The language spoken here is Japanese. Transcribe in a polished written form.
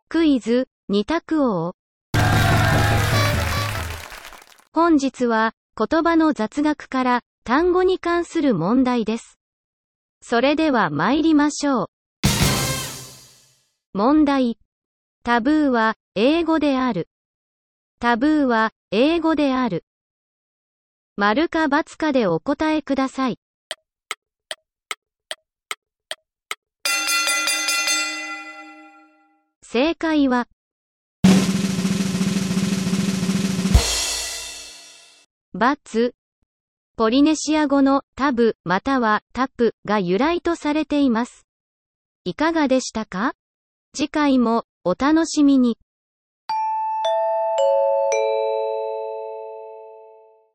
クイズ、二択王。本日は、言葉の雑学から単語に関する問題です。それでは参りましょう。問題。タブーは英語である。タブーは英語である。丸か×かでお答えください。正解は、×。ポリネシア語のタブまたはタプが由来とされています。いかがでしたか？次回もお楽しみに。